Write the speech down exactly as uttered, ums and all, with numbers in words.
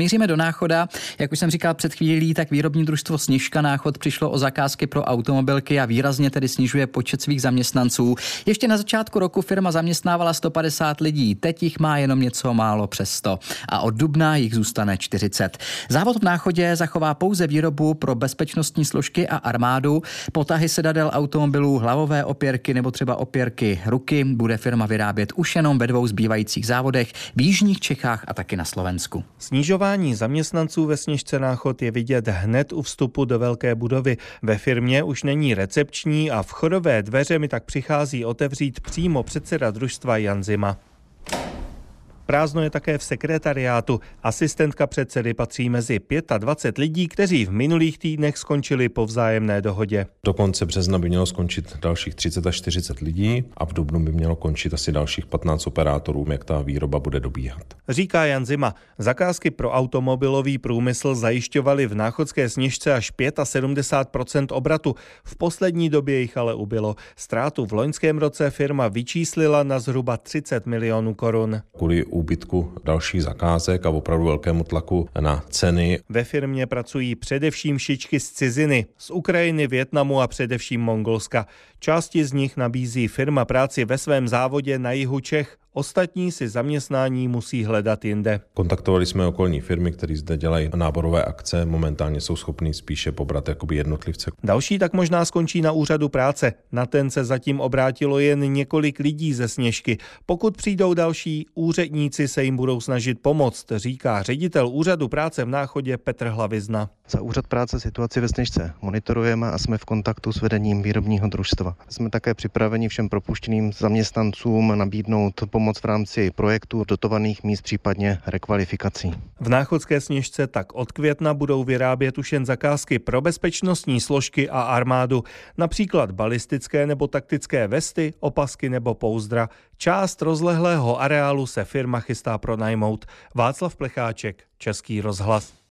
Zamíříme do Náchoda. Jak už jsem říkal před chvílí, tak výrobní družstvo Sněžka Náchod přišlo o zakázky pro automobilky a výrazně tedy snižuje počet svých zaměstnanců. Ještě na začátku roku firma zaměstnávala sto padesát lidí, teď jich má jenom něco málo přes sto a od dubna jich zůstane čtyřicet. Závod v Náchodě zachová pouze výrobu pro bezpečnostní složky a armádu. Potahy sedadel automobilů, hlavové opěrky nebo třeba opěrky ruky bude firma vyrábět už jenom ve dvou zbývajících závodech v jižních Čechách a taky na Slovensku. Snižování zaměstnanců ve Sněžce Náchod je vidět hned u vstupu do velké budovy. Ve firmě už není recepční a vchodové dveře mi tak přichází otevřít přímo předseda družstva Jan Zima. Prázdno je také v sekretariátu. Asistentka předsedy patří mezi dvacet pět lidí, kteří v minulých týdnech skončili po vzájemné dohodě. Do konce března by mělo skončit dalších třicet až čtyřicet lidí a v dubnu by mělo končit asi dalších patnáct operátorů, jak ta výroba bude dobíhat. Říká Jan Zima. Zakázky pro automobilový průmysl zajišťovaly v náchodské Sněžce až sedmdesát pět procent obratu. V poslední době jich ale ubylo. Ztrátu v loňském roce firma vyčíslila na zhruba třicet milionů korun. Kvůli úbytku dalších zakázek a opravdu velkému tlaku na ceny. Ve firmě pracují především šičky z ciziny, z Ukrajiny, Vietnamu a především Mongolska. Části z nich nabízí firma práci ve svém závodě na jihu Čech. Ostatní si zaměstnání musí hledat jinde. Kontaktovali jsme okolní firmy, které zde dělají náborové akce, momentálně jsou schopní spíše pobrat jakoby jednotlivce. Další tak možná skončí na úřadu práce. Na ten se zatím obrátilo jen několik lidí ze Sněžky. Pokud přijdou další, úředníci se jim budou snažit pomoct, říká ředitel úřadu práce v Náchodě Petr Hlavizna. Za úřad práce situaci ve Sněžce monitorujeme a jsme v kontaktu s vedením výrobního družstva. Jsme také připraveni všem propuštěným zaměstnancům nabídnout pomoc v rámci projektů dotovaných míst, případně rekvalifikací. V náchodské Sněžce tak od května budou vyrábět už jen zakázky pro bezpečnostní složky a armádu, například balistické nebo taktické vesty, opasky nebo pouzdra. Část rozlehlého areálu se firma chystá pronajmout. Václav Plecháček, Český rozhlas.